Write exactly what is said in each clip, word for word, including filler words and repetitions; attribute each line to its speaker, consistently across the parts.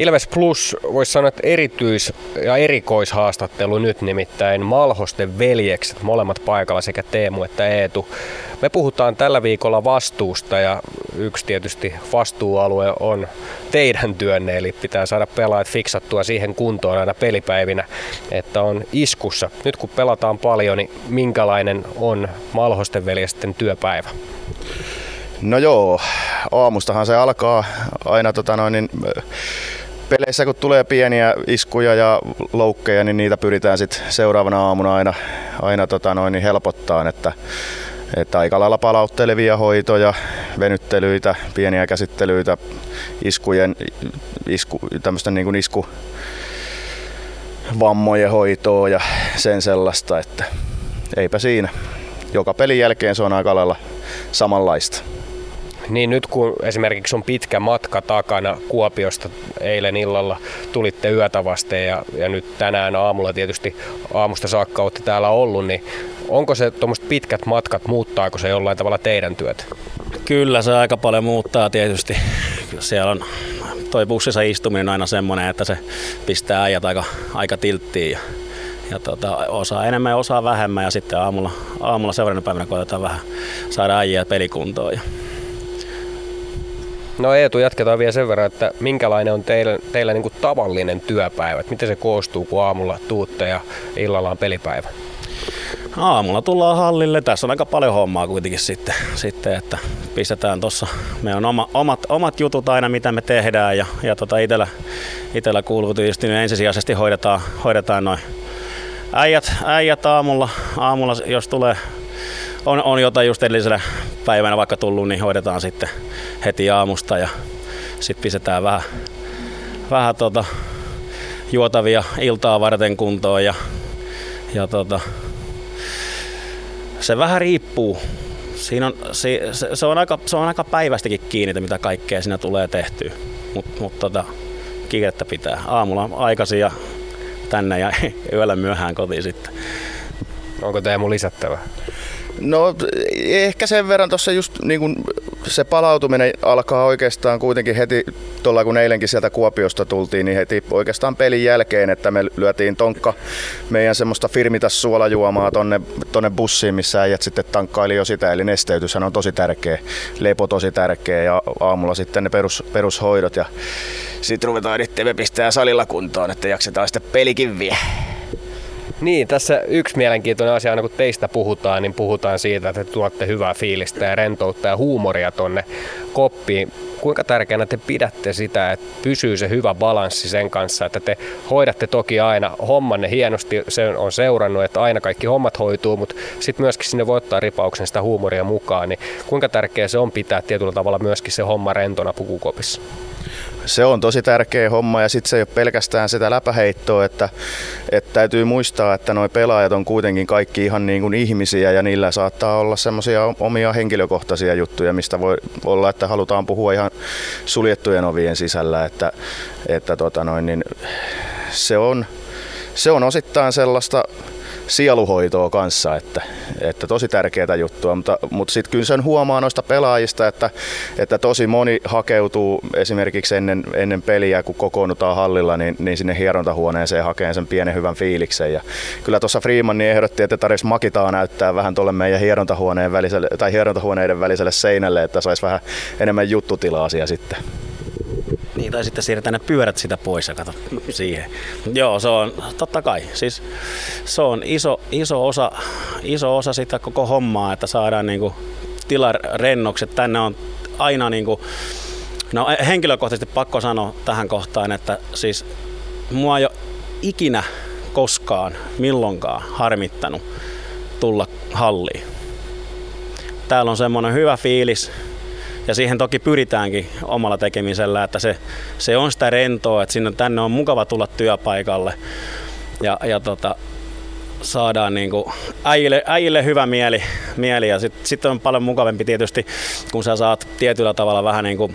Speaker 1: Ilves Plus voisi sanoa, että erityis- ja erikoishaastattelu nyt, nimittäin Malhosten veljekset, molemmat paikalla, sekä Teemu että Eetu. Me puhutaan tällä viikolla vastuusta, ja yksi tietysti vastuualue on teidän työnne, eli pitää saada pelaajat fiksattua siihen kuntoon aina pelipäivinä, että on iskussa. Nyt kun pelataan paljon, niin minkälainen on Malhosten veljesten työpäivä?
Speaker 2: No joo, aamustahan se alkaa aina tota noin, niin, peleissä, kun tulee pieniä iskuja ja loukkeja, niin niitä pyritään sit seuraavana aamuna aina, aina tota noin, niin helpottaa, että, että aika lailla palauttelevia hoitoja, venyttelyitä, pieniä käsittelyitä, iskujen, isku, tämmöistä niin kuin iskuvammojen hoitoa ja sen sellaista, että eipä siinä. Joka pelin jälkeen se on aika lailla samanlaista.
Speaker 1: Niin nyt kun esimerkiksi on pitkä matka takana Kuopiosta, eilen illalla tulitte yötä vasten ja, ja nyt tänään aamulla tietysti aamusta saakka olette täällä ollut, niin onko se tuommoiset pitkät matkat, muuttaako se jollain tavalla teidän työtä?
Speaker 3: Kyllä se aika paljon muuttaa tietysti. Siellä on toi bussissa istuminen aina semmoinen, että se pistää äijät aika, aika tilttiin. Ja, ja tota, osaa enemmän ja osaa vähemmän ja sitten aamulla, aamulla seuraavana päivänä koetetaan vähän saada äijät pelikuntoon.
Speaker 1: No Eetu, jatketaan vielä sen verran, että minkälainen on teillä, teillä niin kuin tavallinen työpäivä? Että miten se koostuu, kun aamulla tuutte ja illalla on pelipäivä?
Speaker 3: Aamulla tullaan hallille. Tässä on aika paljon hommaa kuitenkin sitten, sitten että pistetään tuossa. Meillä on oma, omat, omat jutut aina, mitä me tehdään ja, ja tota itellä, itellä kuuluu tietysti niin ensisijaisesti hoidetaan, hoidetaan noin äijät, äijät aamulla, aamulla, jos tulee On, on jotain just edellisenä päivänä vaikka tullut, niin hoidetaan sitten heti aamusta ja sitten pistetään vähän, vähän tota, juotavia iltaa varten kuntoon ja, ja tota, se vähän riippuu. Siinä on, se, se, on aika, se on aika päivästäkin kiinni, mitä kaikkea siinä tulee tehtyä, mutta mut tota, kiirettä pitää. Aamulla aikaisin ja tänne ja yöllä myöhään kotiin sitten.
Speaker 1: Onko Teemu lisättävä?
Speaker 2: No ehkä sen verran tuossa just niin kun se palautuminen alkaa oikeastaan kuitenkin heti, tuolla kun eilenkin sieltä Kuopiosta tultiin, niin heti oikeastaan pelin jälkeen, että me lyötiin Tonkka meidän semmoista firmitas suolajuomaa tonne, tonne bussiin, missä äijät sitten tankkaili jo sitä, eli nesteytyshän on tosi tärkeä, lepo tosi tärkeä ja aamulla sitten ne perus, perushoidot ja sitten ruvetaan itse me pistää salilla kuntoon, että jaksetaan sitten pelikin vie.
Speaker 1: Niin, tässä yksi mielenkiintoinen asia, aina kun teistä puhutaan, niin puhutaan siitä, että te tuotte hyvää fiilistä ja rentoutta ja huumoria tonne koppiin. Kuinka tärkeänä te pidätte sitä, että pysyy se hyvä balanssi sen kanssa, että te hoidatte toki aina hommanne hienosti, se on seurannut, että aina kaikki hommat hoituu, mutta sitten myöskin sinne voi ottaa ripauksen sitä huumoria mukaan, niin kuinka tärkeää se on pitää tietyllä tavalla myöskin se homma rentona pukukopissa?
Speaker 2: Se on tosi tärkeä homma ja sitten se ei ole pelkästään sitä läpäheittoa, että, että täytyy muistaa, että nuo pelaajat on kuitenkin kaikki ihan niin kuin ihmisiä ja niillä saattaa olla semmoisia omia henkilökohtaisia juttuja, mistä voi olla, että halutaan puhua ihan suljettujen ovien sisällä, että, että tota noin, niin se, on, se on osittain sellaista sieluhoitoa kanssa, että, että tosi tärkeää juttua, mutta, mutta sitten kyllä sen huomaa noista pelaajista, että, että tosi moni hakeutuu esimerkiksi ennen, ennen peliä, kun kokoonnutaan hallilla, niin, niin sinne hierontahuoneeseen hakeen sen pienen hyvän fiiliksen. Ja kyllä tuossa Freeman niin ehdotti, että tarvitsisi makitaa näyttää vähän tuolle meidän hierontahuoneen väliselle, tai hierontahuoneiden väliselle seinälle, että saisi vähän enemmän juttutilaa siellä sitten.
Speaker 3: Niin, tai sitten siirretään ne pyörät sitä pois ja kato siihen. Joo, se on totta kai. Siis se on iso, iso, osa, iso osa sitä koko hommaa, että saadaan niinku tilarennokset. Tänne on aina niinku, no henkilökohtaisesti pakko sanoa tähän kohtaan, että siis mua ei ole ikinä koskaan milloinkaan harmittanut tulla halliin. Täällä on semmoinen hyvä fiilis. Ja siihen toki pyritäänkin omalla tekemisellä, että se, se on sitä rentoa, että sinne, tänne on mukava tulla työpaikalle ja, ja tota, saadaan niinku äijille, äijille hyvä mieli, mieli. Ja sitten sit on paljon mukavampi tietysti, kun sä saat tietyllä tavalla vähän niinku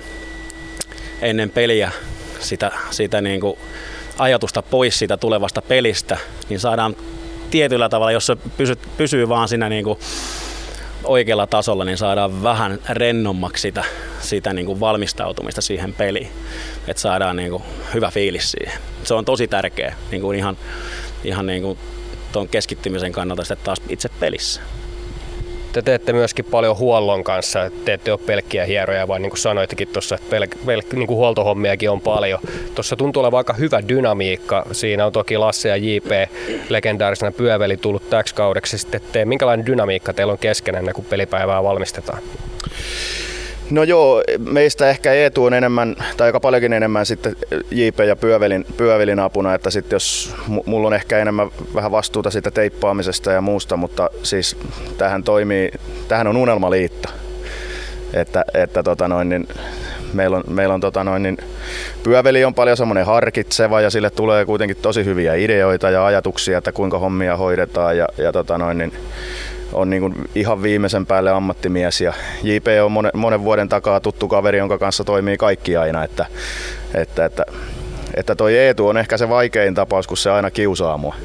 Speaker 3: ennen peliä sitä, sitä niinku ajatusta pois siitä tulevasta pelistä, niin saadaan tietyllä tavalla, jos se pysyy, pysyy vaan siinä niinku oikealla tasolla, niin saadaan vähän rennommaksi sitä, sitä niin kuin valmistautumista siihen peliin. Että saadaan niin kuin hyvä fiilis siihen. Se on tosi tärkeä niin kuin ihan, ihan niin kuin tuon keskittymisen kannalta sitten taas itse pelissä.
Speaker 1: Te teette myöskin paljon huollon kanssa, te ette ole pelkkiä hieroja, vaan niin kuin sanoittekin tuossa, että pel- pel- niin kuin huoltohommiakin on paljon. Tuossa tuntuu olevan aika hyvä dynamiikka. Siinä on toki Lasse ja J P legendaarisena pyöveli tullut täksi kaudeksi. Sitten te, minkälainen dynamiikka teillä on keskenään, kun pelipäivää valmistetaan?
Speaker 2: No joo, meistä ehkä Eetu on enemmän, tai aika paljonkin enemmän sitten J P ja Pyövelin, Pyövelin apuna, että sitten jos mulla on ehkä enemmän vähän vastuuta siitä teippaamisesta ja muusta, mutta siis tämähän toimii, tämähän on unelmaliitto, että, että tota noin, niin meillä on, meillä on tota noin, niin Pyöveli on paljon semmoinen harkitseva ja sille tulee kuitenkin tosi hyviä ideoita ja ajatuksia, että kuinka hommia hoidetaan ja, ja tota noin, niin on niin kuin ihan viimeisen päälle ammattimies ja J P on monen, monen vuoden takaa tuttu kaveri, jonka kanssa toimii kaikki aina, että, että, että, että toi Eetu on ehkä se vaikein tapaus, kun se aina kiusaa mua.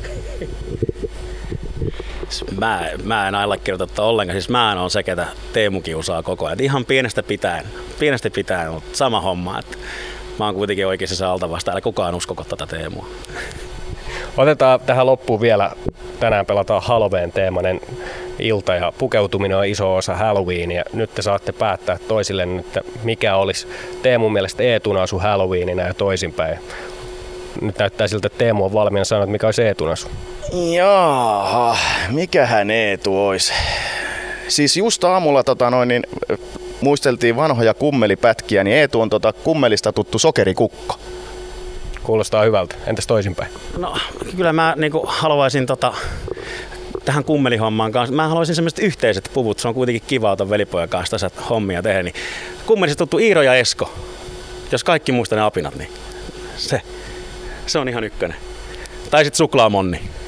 Speaker 3: Mä, mä en allekirjoita ollenkaan, siis mä en ole se, ketä Teemu kiusaa koko ajan. Ihan pienestä pitäen, pienestä pitäen, mutta sama homma, että mä oon kuitenkin oikeassa se alta vasta, älä kukaan uskoko tätä Teemua.
Speaker 1: Otetaan tähän loppuun vielä, tänään pelataan Halloween-teemainen ilta ja pukeutuminen on iso osa Halloweenia. Nyt te saatte päättää toisille, että mikä olisi Teemun mielestä Eetun asu Halloweenina ja toisinpäin. Nyt näyttää siltä, että Teemu on valmiina sanoa, että mikä olisi Eetun asu.
Speaker 2: Jaaha, mikähän Eetu olisi? Siis just aamulla tota noin, niin, muisteltiin vanhoja kummelipätkiä, niin Eetu on tota kummelista tuttu sokerikukko.
Speaker 1: Kuulostaa hyvältä. Entäs toisinpäin?
Speaker 3: No kyllä mä niinku haluaisin tota, tähän kummelihommaan kanssa, mä haluaisin semmoiset yhteiset puvut, se on kuitenkin kiva ton velipojan kanssa tässä hommia tehdä, niin kummelista tuttu Iiro ja Esko, jos kaikki muistaa ne apinat, niin se, se on ihan ykkönen. Tai sit suklaamonni.